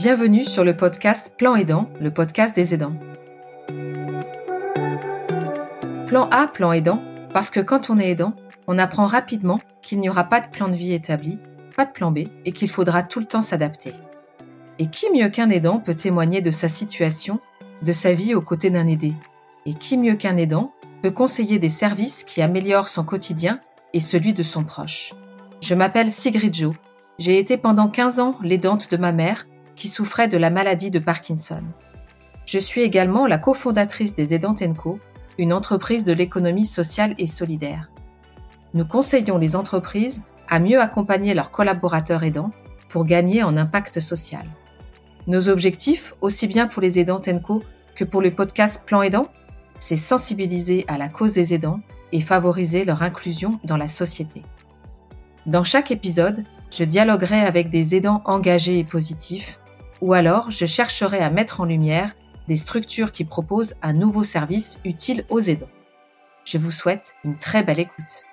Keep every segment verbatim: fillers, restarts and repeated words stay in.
Bienvenue sur le podcast Plan Aidant, le podcast des aidants. Plan A, plan aidant, parce que quand on est aidant, on apprend rapidement qu'il n'y aura pas de plan de vie établi, pas de plan B et qu'il faudra tout le temps s'adapter. Et qui mieux qu'un aidant peut témoigner de sa situation, de sa vie aux côtés d'un aidé? Et qui mieux qu'un aidant peut conseiller des services qui améliorent son quotidien et celui de son proche? Je m'appelle Sigrid Jo. J'ai été pendant quinze ans l'aidante de ma mère qui souffrait de la maladie de Parkinson. Je suis également la cofondatrice des Aidantes and Co, une entreprise de l'économie sociale et solidaire. Nous conseillons les entreprises à mieux accompagner leurs collaborateurs aidants pour gagner en impact social. Nos objectifs, aussi bien pour les Aidantes and Co que pour le podcast Plan Aidant, c'est sensibiliser à la cause des aidants et favoriser leur inclusion dans la société. Dans chaque épisode, je dialoguerai avec des aidants engagés et positifs, ou alors je chercherai à mettre en lumière des structures qui proposent un nouveau service utile aux aidants. Je vous souhaite une très belle écoute.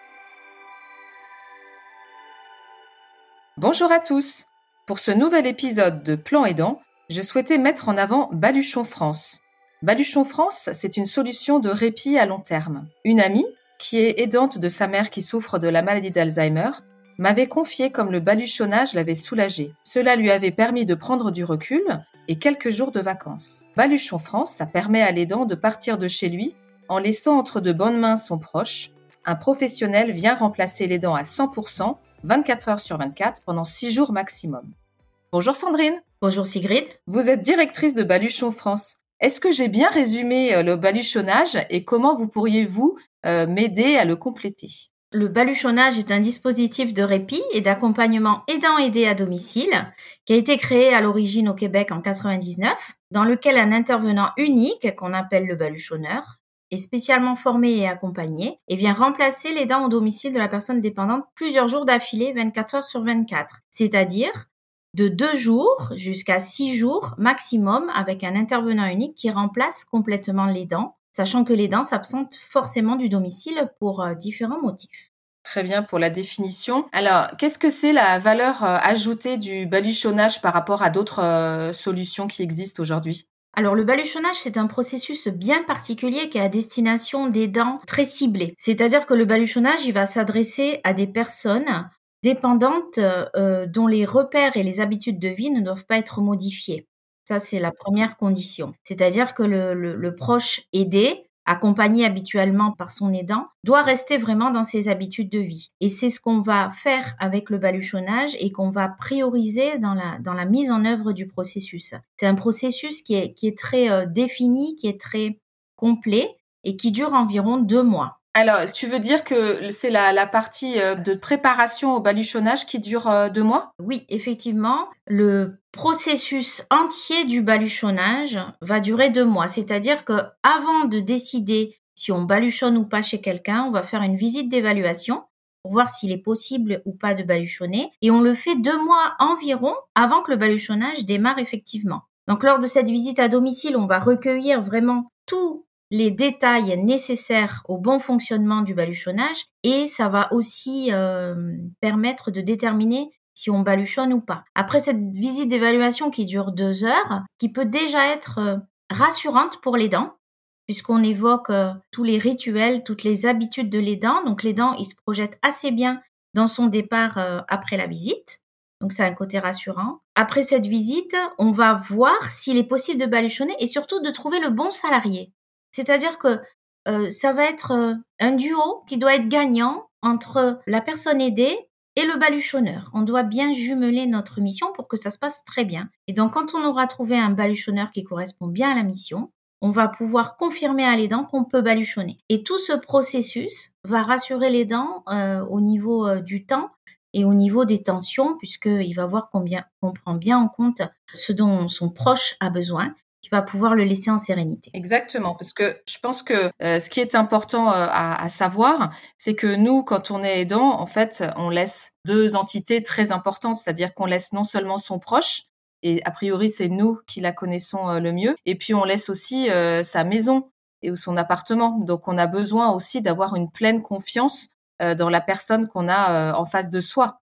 Bonjour à tous. Pour ce nouvel épisode de Plan Aidant, je souhaitais mettre en avant Baluchon France. Baluchon France, c'est une solution de répit à long terme. Une amie, qui est aidante de sa mère qui souffre de la maladie d'Alzheimer, m'avait confié comme le baluchonnage l'avait soulagée. Cela lui avait permis de prendre du recul et quelques jours de vacances. Baluchon France, ça permet à l'aidant de partir de chez lui en laissant entre de bonnes mains son proche. Un professionnel vient remplacer l'aidant à cent pour cent, vingt-quatre heures sur vingt-quatre, pendant six jours maximum. Bonjour Sandrine. Bonjour Sigrid. Vous êtes directrice de Baluchon France. Est-ce que j'ai bien résumé le baluchonnage et comment vous pourriez-vous euh, m'aider à le compléter ? Le baluchonnage est un dispositif de répit et d'accompagnement aidant-aidé à domicile qui a été créé à l'origine au Québec en quatre-vingt-dix-neuf, dans lequel un intervenant unique, qu'on appelle le baluchonneur, est spécialement formé et accompagné et vient remplacer l'aidant au domicile de la personne dépendante plusieurs jours d'affilée, vingt-quatre heures sur vingt-quatre, c'est-à-dire de deux jours jusqu'à six jours maximum avec un intervenant unique qui remplace complètement l'aidant, sachant que l'aidant s'absente forcément du domicile pour euh, différents motifs. Très bien pour la définition. Alors, qu'est-ce que c'est la valeur euh, ajoutée du baluchonnage par rapport à d'autres euh, solutions qui existent aujourd'hui ? Alors, le baluchonnage, c'est un processus bien particulier qui est à destination d'aidants très ciblés. C'est-à-dire que le baluchonnage, il va s'adresser à des personnes dépendantes euh, dont les repères et les habitudes de vie ne doivent pas être modifiés. Ça, c'est la première condition. C'est-à-dire que le, le, le proche aidé, accompagné habituellement par son aidant, doit rester vraiment dans ses habitudes de vie. Et c'est ce qu'on va faire avec le baluchonnage et qu'on va prioriser dans la, dans la mise en œuvre du processus. C'est un processus qui est, qui est très euh, défini, qui est très complet et qui dure environ deux mois. Alors, tu veux dire que c'est la, la partie de préparation au baluchonnage qui dure euh, deux mois ? Oui, effectivement, le processus entier du baluchonnage va durer deux mois. C'est-à-dire que avant de décider si on baluchonne ou pas chez quelqu'un, on va faire une visite d'évaluation pour voir s'il est possible ou pas de baluchonner. Et on le fait deux mois environ avant que le baluchonnage démarre effectivement. Donc, lors de cette visite à domicile, on va recueillir vraiment tout les détails nécessaires au bon fonctionnement du baluchonnage et ça va aussi euh, permettre de déterminer si on baluchonne ou pas. Après cette visite d'évaluation qui dure deux heures, qui peut déjà être euh, rassurante pour l'aidant, puisqu'on évoque euh, tous les rituels, toutes les habitudes de l'aidant. Donc l'aidant, il se projette assez bien dans son départ euh, après la visite. Donc c'est un côté rassurant. Après cette visite, on va voir s'il est possible de baluchonner et surtout de trouver le bon salarié. C'est-à-dire que euh, ça va être euh, un duo qui doit être gagnant entre la personne aidée et le baluchonneur. On doit bien jumeler notre mission pour que ça se passe très bien. Et donc, quand on aura trouvé un baluchonneur qui correspond bien à la mission, on va pouvoir confirmer à l'aidant qu'on peut baluchonner. Et tout ce processus va rassurer l'aidant euh, au niveau euh, du temps et au niveau des tensions, puisqu'il va voir combien on prend bien en compte ce dont son proche a besoin, qui va pouvoir le laisser en sérénité. Exactement, parce que je pense que euh, ce qui est important euh, à, à savoir, c'est que nous, quand on est aidant, en fait, on laisse deux entités très importantes, c'est-à-dire qu'on laisse non seulement son proche, et a priori, c'est nous qui la connaissons euh, le mieux, et puis on laisse aussi euh, sa maison et ou son appartement. Donc, on a besoin aussi d'avoir une pleine confiance euh, dans la personne qu'on a euh, en face de soi.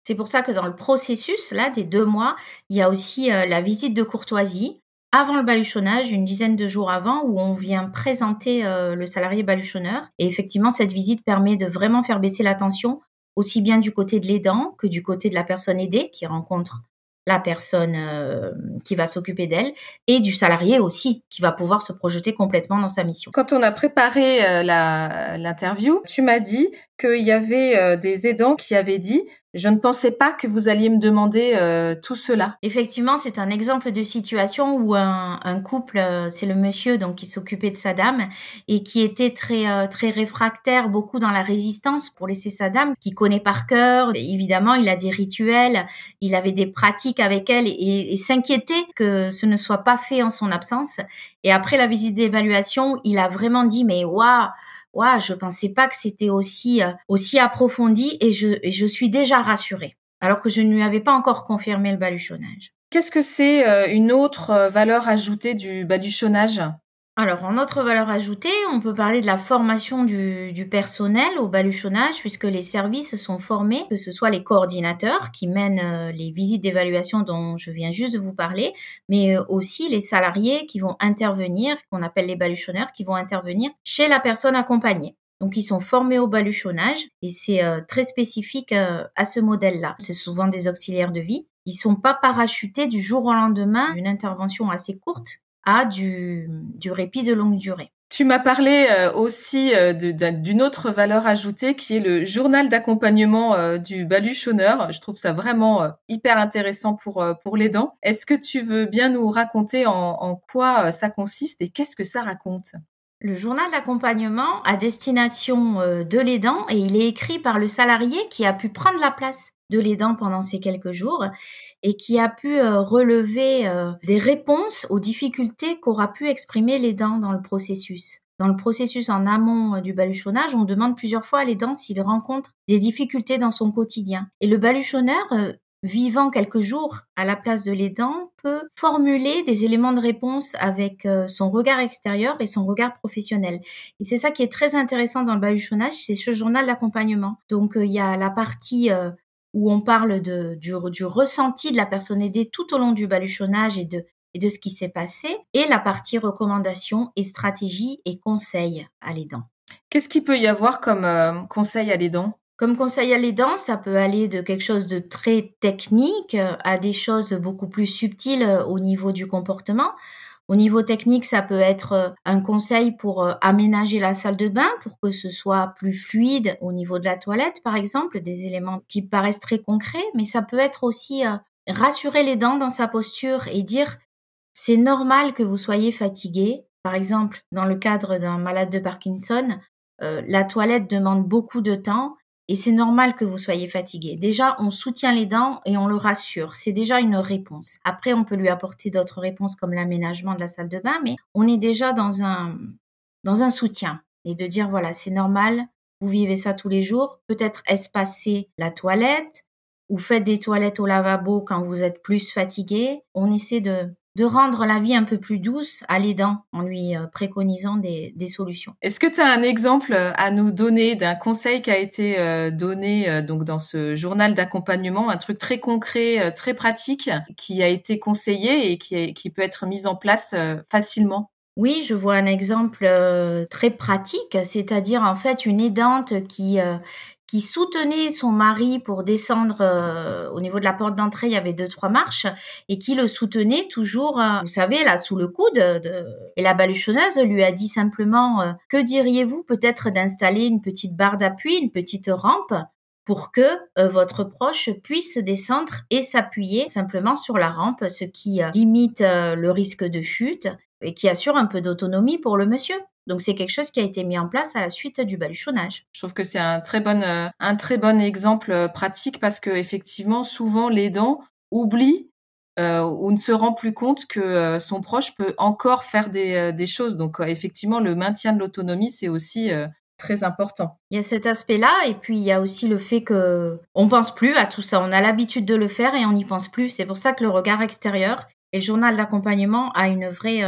C'est pour ça que dans le processus là des deux mois, il y a aussi, heu, la visite de courtoisie avant le baluchonnage, une dizaine de jours avant, où on vient présenter, heu, le salarié baluchonneur et effectivement cette visite permet de vraiment faire baisser la tension, aussi bien du côté de l'aidant que du côté de la personne aidée qui rencontre la personne, hem, qui va s'occuper d'elle et du salarié aussi, qui va pouvoir se projeter complètement dans sa mission. Quand on a préparé, heu, la l'interview, tu m'as dit qu'il y avait, heu, des aidants qui avaient dit: «Je ne pensais pas que vous alliez me demander, heu, tout cela». Effectivement, c'est un exemple de situation où un un couple, heu, c'est le monsieur donc qui s'occupait de sa dame et qui était très, heu, très réfractaire, beaucoup dans la résistance pour laisser sa dame, qu'il connaît par cœur. Et évidemment, il a des rituels, il avait des pratiques avec elle et et s'inquiétait que ce ne soit pas fait en son absence. Et après la visite d'évaluation, il a vraiment dit: «Mais waouh! Waouh, je pensais pas que c'était aussi, heu, aussi approfondi et je et je suis déjà rassuré». Alors que je ne lui avais pas encore confirmé le baluchonnage. Qu'est-ce que c'est, heu, une autre, heu, valeur ajoutée du baluchonnage? Alors, en autre valeur ajoutée, on peut parler de la formation du du personnel au baluchonnage puisque les services sont formés, que ce soit les coordinateurs qui mènent, heu, les visites d'évaluation dont je viens juste de vous parler, mais, heu, aussi les salariés qui vont intervenir, qu'on appelle les baluchonneurs, qui vont intervenir chez la personne accompagnée. Donc ils sont formés au baluchonnage et c'est, heu, très spécifique, heu, à ce modèle-là. C'est souvent des auxiliaires de vie. Ils sont pas parachutés du jour au lendemain d'une intervention assez courte à du du répit de longue durée. Tu m'as parlé, heu, aussi, heu, de d'un d'une autre valeur ajoutée qui est le journal d'accompagnement, heu, du baluchonneur. Je trouve ça vraiment, heu, hyper intéressant pour, heu, pour l'aidant. Est-ce que tu veux bien nous raconter en en quoi, heu, ça consiste et qu'est-ce que ça raconte? Le journal d'accompagnement à destination, heu, de l'aidant et il est écrit par le salarié qui a pu prendre la place de l'aidant pendant ces quelques jours et qui a pu, heu, relever, heu, des réponses aux difficultés qu'aura pu exprimer l'aidant dans le processus. Dans le processus en amont, heu, du baluchonnage, on demande plusieurs fois à l'aidant s'il rencontre des difficultés dans son quotidien et le baluchonneur, heu, vivant quelques jours à la place de l'aidant, peut formuler des éléments de réponse avec, heu, son regard extérieur et son regard professionnel. Et c'est ça qui est très intéressant dans le baluchonnage, c'est ce journal d'accompagnement. Donc, heu, il y a la partie, heu, où on parle de du re du ressenti de la personne aidée tout au long du baluchonnage et de et de ce qui s'est passé et la partie recommandations et stratégies et conseils à l'aidant. Qu'est-ce qu'il peut y avoir comme, heu, conseil à l'aidant? Comme conseil à l'aidant, ça peut aller de quelque chose de très technique, heu, à des choses beaucoup plus subtiles, heu, au niveau du comportement. Au niveau technique, ça peut être, heu, un conseil pour, heu, aménager la salle de bain pour que ce soit plus fluide au niveau de la toilette, par exemple, des éléments qui paraissent très concrets, mais ça peut être aussi, heu, rassurer l'aidant dans sa posture et dire: «C'est normal que vous soyez fatigué». Par exemple, dans le cadre d'un malade de Parkinson, heu, la toilette demande beaucoup de temps et c'est normal que vous soyez fatigué. Déjà, on soutient l'aidant et on le rassure. C'est déjà une réponse. Après, on peut lui apporter d'autres réponses comme l'aménagement de la salle de bain, mais on est déjà dans un dans un soutien et de dire: «Voilà, c'est normal, vous vivez ça tous les jours». Peut-être espacer la toilette ou faites des toilettes au lavabo quand vous êtes plus fatigué. On essaie de de rendre la vie un peu plus douce à l'aidant en lui, heu, préconisant des des solutions. Est-ce que tu as un exemple, heu, à nous donner d'un conseil qui a été, heu, donné, heu, donc dans ce journal d'accompagnement, un truc très concret, heu, très pratique, qui a été conseillé et qui est qui peut être mis en place, heu, facilement? Oui, je vois un exemple, heu, très pratique, c'est-à-dire, en fait, une aidante qui, heu, qui soutenait son mari pour descendre, heu, au niveau de la porte d'entrée, il y avait deux trois marches et qui le soutenait toujours, heu, vous savez, là, sous le coude, de et la baluchonneuse lui a dit simplement, heu: «Que diriez-vous peut-être d'installer une petite barre d'appui, une petite rampe pour que, heu, votre proche puisse descendre et s'appuyer simplement sur la rampe?» ce qui, heu, limite, heu, le risque de chute et qui assure un peu d'autonomie pour le monsieur. Donc c'est quelque chose qui a été mis en place à la suite du baluchonnage. Je trouve que c'est un très bon, heu, un très bon exemple, heu, pratique parce qu'effectivement, souvent, l'aidant oublie, heu, ou ne se rend plus compte que, heu, son proche peut encore faire des, heu, des choses. Donc, heu, effectivement, le maintien de l'autonomie, c'est aussi, heu, très important. Il y a cet aspect-là et puis il y a aussi le fait qu'on pense plus à tout ça. On a l'habitude de le faire et on n'y pense plus. C'est pour ça que le regard extérieur et le journal d'accompagnement a une vraie, heu,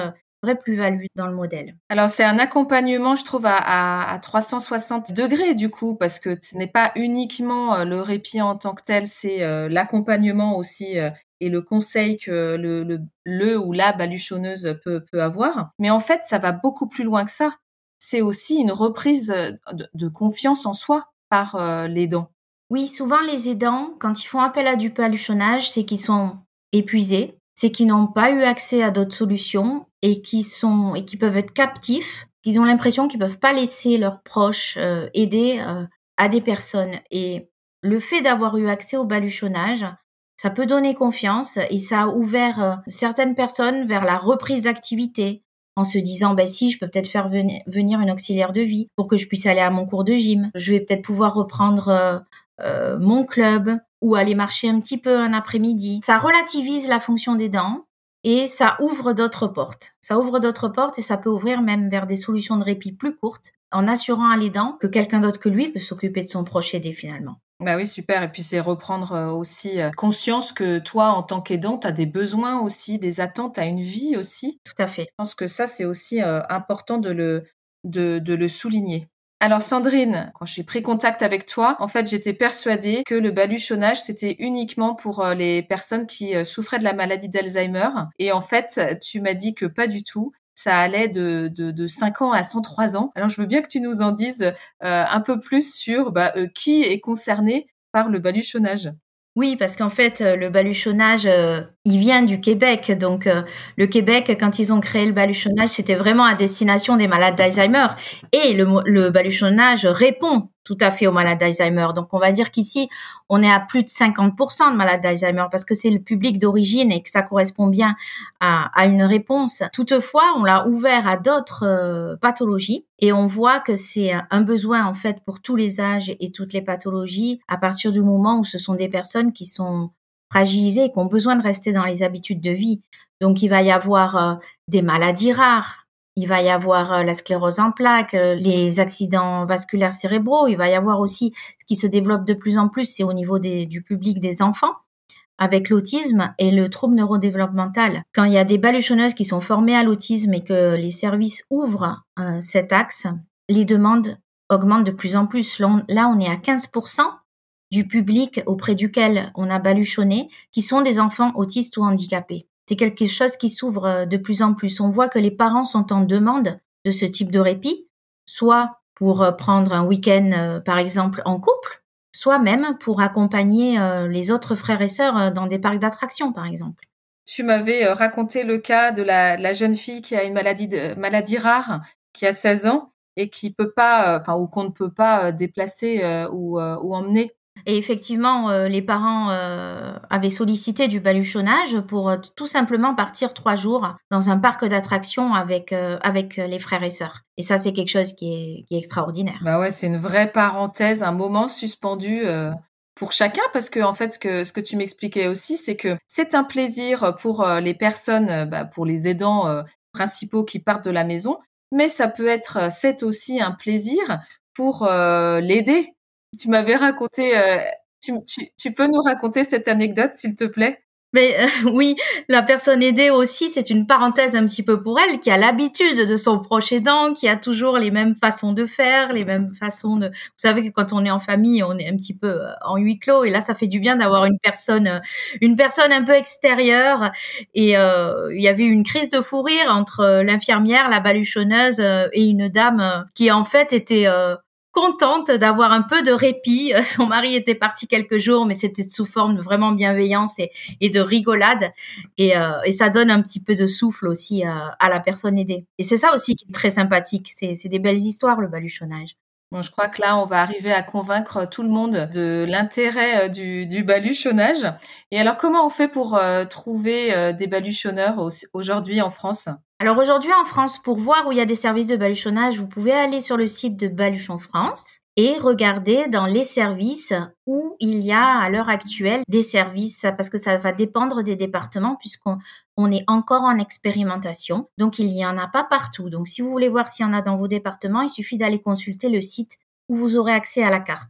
vraie plus-value dans le modèle. Alors, c'est un accompagnement, je trouve, à, à, à trois cent soixante degrés, du coup, parce que ce n'est pas uniquement euh, le répit en tant que tel, c'est euh, l'accompagnement aussi euh, et le conseil que le, le, le ou la baluchonneuse peut, peut avoir. Mais en fait, ça va beaucoup plus loin que ça. C'est aussi une reprise de, de confiance en soi par euh, l'aidant. Oui, souvent les aidants, quand ils font appel à du baluchonnage, c'est qu'ils sont épuisés, c'est qu'ils n'ont pas eu accès à d'autres solutions et qui sont et qui peuvent être captifs, qu'ils ont l'impression qu'ils peuvent pas laisser leurs proches euh, aider euh, à des personnes. Et le fait d'avoir eu accès au baluchonnage, ça peut donner confiance et ça a ouvert euh, certaines personnes vers la reprise d'activité en se disant ben si je peux peut-être faire venir, venir une auxiliaire de vie pour que je puisse aller à mon cours de gym, je vais peut-être pouvoir reprendre euh, euh, mon club ou aller marcher un petit peu un après-midi. Ça relativise la fonction des dents et ça ouvre d'autres portes. Ça ouvre d'autres portes et ça peut ouvrir même vers des solutions de répit plus courtes en assurant à l'aidant que quelqu'un d'autre que lui peut s'occuper de son proche aidé finalement. Bah oui, super. Et puis c'est reprendre euh, aussi euh, conscience que toi, en tant qu'aidant, tu as des besoins aussi, des attentes, tu as une vie aussi. Tout à fait. Je pense que ça, c'est aussi euh, important de le, de, de le souligner. Alors Sandrine, quand j'ai pris contact avec toi, en fait, j'étais persuadée que le baluchonnage, c'était uniquement pour euh, les personnes qui euh, souffraient de la maladie d'Alzheimer. Et en fait, tu m'as dit que pas du tout. Ça allait de, de, de cinq ans à cent trois ans. Alors, je veux bien que tu nous en dises euh, un peu plus sur bah, euh, qui est concerné par le baluchonnage. Oui, parce qu'en fait, euh, le baluchonnage, euh, il vient du Québec. Donc, euh, le Québec, quand ils ont créé le baluchonnage, c'était vraiment à destination des malades d'Alzheimer. Et le, le baluchonnage répond tout à fait aux malades d'Alzheimer. Donc, on va dire qu'ici, on est à plus de cinquante pour cent de malades d'Alzheimer parce que c'est le public d'origine et que ça correspond bien à, à une réponse. Toutefois, on l'a ouvert à d'autres euh, pathologies et on voit que c'est un besoin, en fait, pour tous les âges et toutes les pathologies à partir du moment où ce sont des personnes qui sont fragilisées et qui ont besoin de rester dans les habitudes de vie. Donc, il va y avoir euh, des maladies rares. Il va y avoir euh, la sclérose en plaques, euh, les accidents vasculaires cérébraux. Il va y avoir aussi ce qui se développe de plus en plus, c'est au niveau des, du public des enfants, avec l'autisme et le trouble neurodéveloppemental. Quand il y a des baluchonneuses qui sont formées à l'autisme et que les services ouvrent euh, cet axe, les demandes augmentent de plus en plus. Là, on est à quinze pour cent du public auprès duquel on a baluchonné qui sont des enfants autistes ou handicapés. C'est quelque chose qui s'ouvre de plus en plus. On voit que les parents sont en demande de ce type de répit, soit pour prendre un week-end, par exemple, en couple, soit même pour accompagner les autres frères et sœurs dans des parcs d'attractions, par exemple. Tu m'avais raconté le cas de la, la jeune fille qui a une maladie, de, maladie rare, qui a seize ans et qui peut pas, enfin, ou qu'on ne peut pas déplacer euh, ou, euh, ou emmener. Et effectivement, euh, les parents euh, avaient sollicité du baluchonnage pour euh, tout simplement partir trois jours dans un parc d'attractions avec euh, avec les frères et sœurs. Et ça, c'est quelque chose qui est, qui est extraordinaire. Bah ouais, c'est une vraie parenthèse, un moment suspendu euh, pour chacun, parce que en fait, ce que ce que tu m'expliquais aussi, c'est que c'est un plaisir pour euh, les personnes, euh, bah, pour les aidants euh, principaux qui partent de la maison, mais ça peut être, c'est aussi un plaisir pour euh, l'aider. Tu m'avais raconté, euh, tu, tu, tu peux nous raconter cette anecdote, s'il te plaît? Mais euh, oui, la personne aidée aussi, c'est une parenthèse un petit peu pour elle, qui a l'habitude de son proche aidant, qui a toujours les mêmes façons de faire, les mêmes façons de... Vous savez que quand on est en famille, on est un petit peu en huis clos, et là, ça fait du bien d'avoir une personne, une personne un peu extérieure. Et euh, il y avait eu une crise de fou rire entre l'infirmière, la baluchonneuse et une dame qui en fait était... Euh, contente d'avoir un peu de répit. Son mari était parti quelques jours, mais c'était sous forme de vraiment bienveillance et, et de rigolade. Et, euh, et ça donne un petit peu de souffle aussi à, à la personne aidée. Et c'est ça aussi qui est très sympathique. C'est, c'est des belles histoires, le baluchonnage. Bon, je crois que là, on va arriver à convaincre tout le monde de l'intérêt du, du baluchonnage. Et alors, comment on fait pour euh, trouver euh, des baluchonneurs au, aujourd'hui en France ? Alors aujourd'hui en France, pour voir où il y a des services de baluchonnage, vous pouvez aller sur le site de Baluchon France et regarder dans les services où il y a à l'heure actuelle des services, parce que ça va dépendre des départements puisqu'on on est encore en expérimentation. Donc il n'y en a pas partout. Donc si vous voulez voir s'il y en a dans vos départements, il suffit d'aller consulter le site où vous aurez accès à la carte.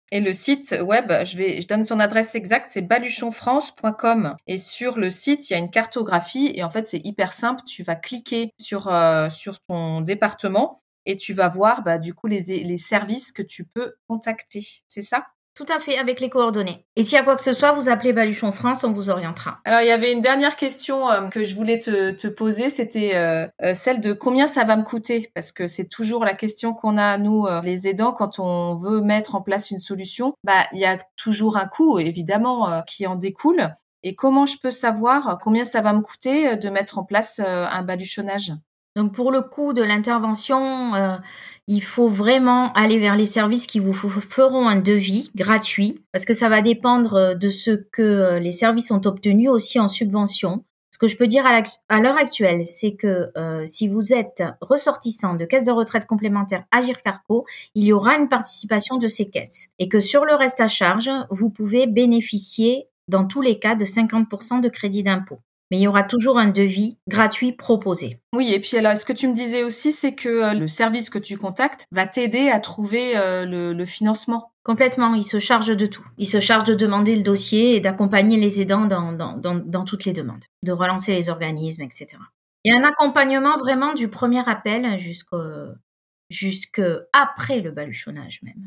Et le site web, je, vais, je donne son adresse exacte, c'est baluchon france point com. Et sur le site, il y a une cartographie et en fait, c'est hyper simple. Tu vas cliquer sur, euh, sur ton département et tu vas voir bah, du coup les, les services que tu peux contacter. C'est ça ? Tout à fait, avec les coordonnées. Et s'il y a quoi que ce soit, vous appelez Baluchon France, on vous orientera. Alors, il y avait une dernière question euh, que je voulais te, te poser, c'était euh, euh, celle de combien ça va me coûter ? Parce que c'est toujours la question qu'on a, nous, euh, les aidants, quand on veut mettre en place une solution. Bah, il y a toujours un coût, évidemment, euh, qui en découle. Et comment je peux savoir combien ça va me coûter de mettre en place euh, un baluchonnage ? Donc, pour le coût de l'intervention, euh, il faut vraiment aller vers les services qui vous feront un devis gratuit parce que ça va dépendre de ce que les services ont obtenu aussi en subvention. Ce que je peux dire à l'heure actuelle, c'est que euh, si vous êtes ressortissant de caisse de retraite complémentaire Agir Carco, il y aura une participation de ces caisses et que sur le reste à charge, vous pouvez bénéficier dans tous les cas de cinquante pour cent de crédit d'impôt. Mais il y aura toujours un devis gratuit proposé. Oui, et puis alors, ce que tu me disais aussi, c'est que euh, le service que tu contactes va t'aider à trouver euh, le, le financement. Complètement, il se charge de tout. Il se charge de demander le dossier et d'accompagner les aidants dans, dans, dans, dans toutes les demandes, de relancer les organismes, et cetera. Il y a un accompagnement vraiment du premier appel jusqu'au, jusqu'après le baluchonnage même.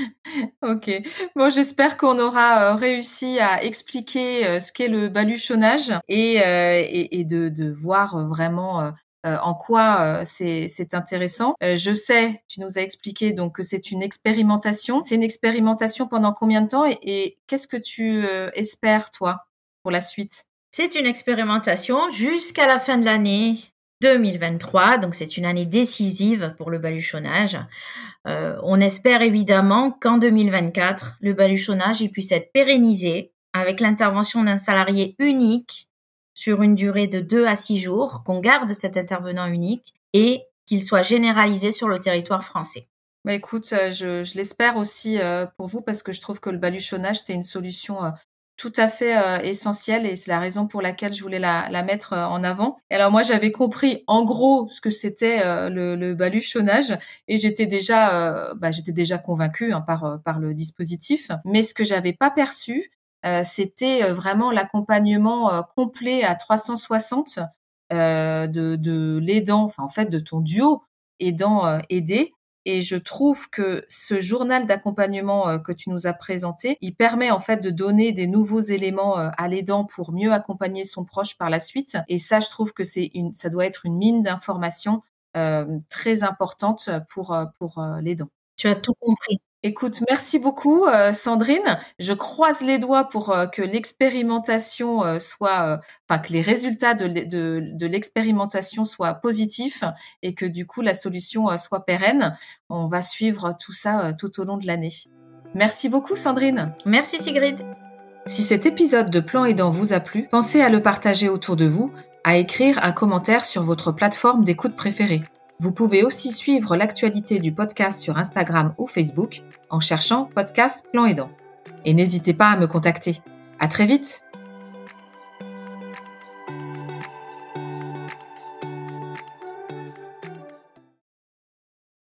Ok. Bon, j'espère qu'on aura euh, réussi à expliquer euh, ce qu'est le baluchonnage et, euh, et, et de, de voir vraiment euh, euh, en quoi euh, c'est, c'est intéressant. Euh, je sais, tu nous as expliqué donc que c'est une expérimentation. C'est une expérimentation pendant combien de temps et, et qu'est-ce que tu euh, espères, toi, pour la suite ? C'est une expérimentation jusqu'à la fin de l'année deux mille vingt-trois, donc c'est une année décisive pour le baluchonnage. Euh, on espère évidemment qu'en deux mille vingt-quatre, le baluchonnage il puisse être pérennisé avec l'intervention d'un salarié unique sur une durée de deux à six jours, qu'on garde cet intervenant unique et qu'il soit généralisé sur le territoire français. Bah écoute, je, je l'espère aussi euh, pour vous parce que je trouve que le baluchonnage, c'est une solution euh, tout à fait euh, essentielle et c'est la raison pour laquelle je voulais la, la mettre euh, en avant. Et alors moi, j'avais compris en gros ce que c'était euh, le, le baluchonnage et j'étais déjà, euh, bah, j'étais déjà convaincue hein, par, euh, par le dispositif. Mais ce que j'avais pas perçu, euh, c'était vraiment l'accompagnement euh, complet à trois cent soixante euh, de, de l'aidant, enfin en fait de ton duo aidant euh, aidé. Et je trouve que ce journal d'accompagnement euh, que tu nous as présenté, il permet en fait de donner des nouveaux éléments euh, à l'aidant pour mieux accompagner son proche par la suite. Et ça, je trouve que c'est une, ça doit être une mine d'informations euh, très importante pour euh, pour euh, l'aidant. Tu as tout compris. Écoute, merci beaucoup euh, Sandrine. Je croise les doigts pour euh, que l'expérimentation euh, soit, euh, enfin que les résultats de, de, de l'expérimentation soient positifs et que du coup la solution euh, soit pérenne. On va suivre tout ça euh, tout au long de l'année. Merci beaucoup Sandrine. Merci Sigrid. Si cet épisode de Plan Aidant vous a plu, pensez à le partager autour de vous, à écrire un commentaire sur votre plateforme d'écoute préférée. Vous pouvez aussi suivre l'actualité du podcast sur Instagram ou Facebook en cherchant Podcast Plan Aidant. Et n'hésitez pas à me contacter. À très vite!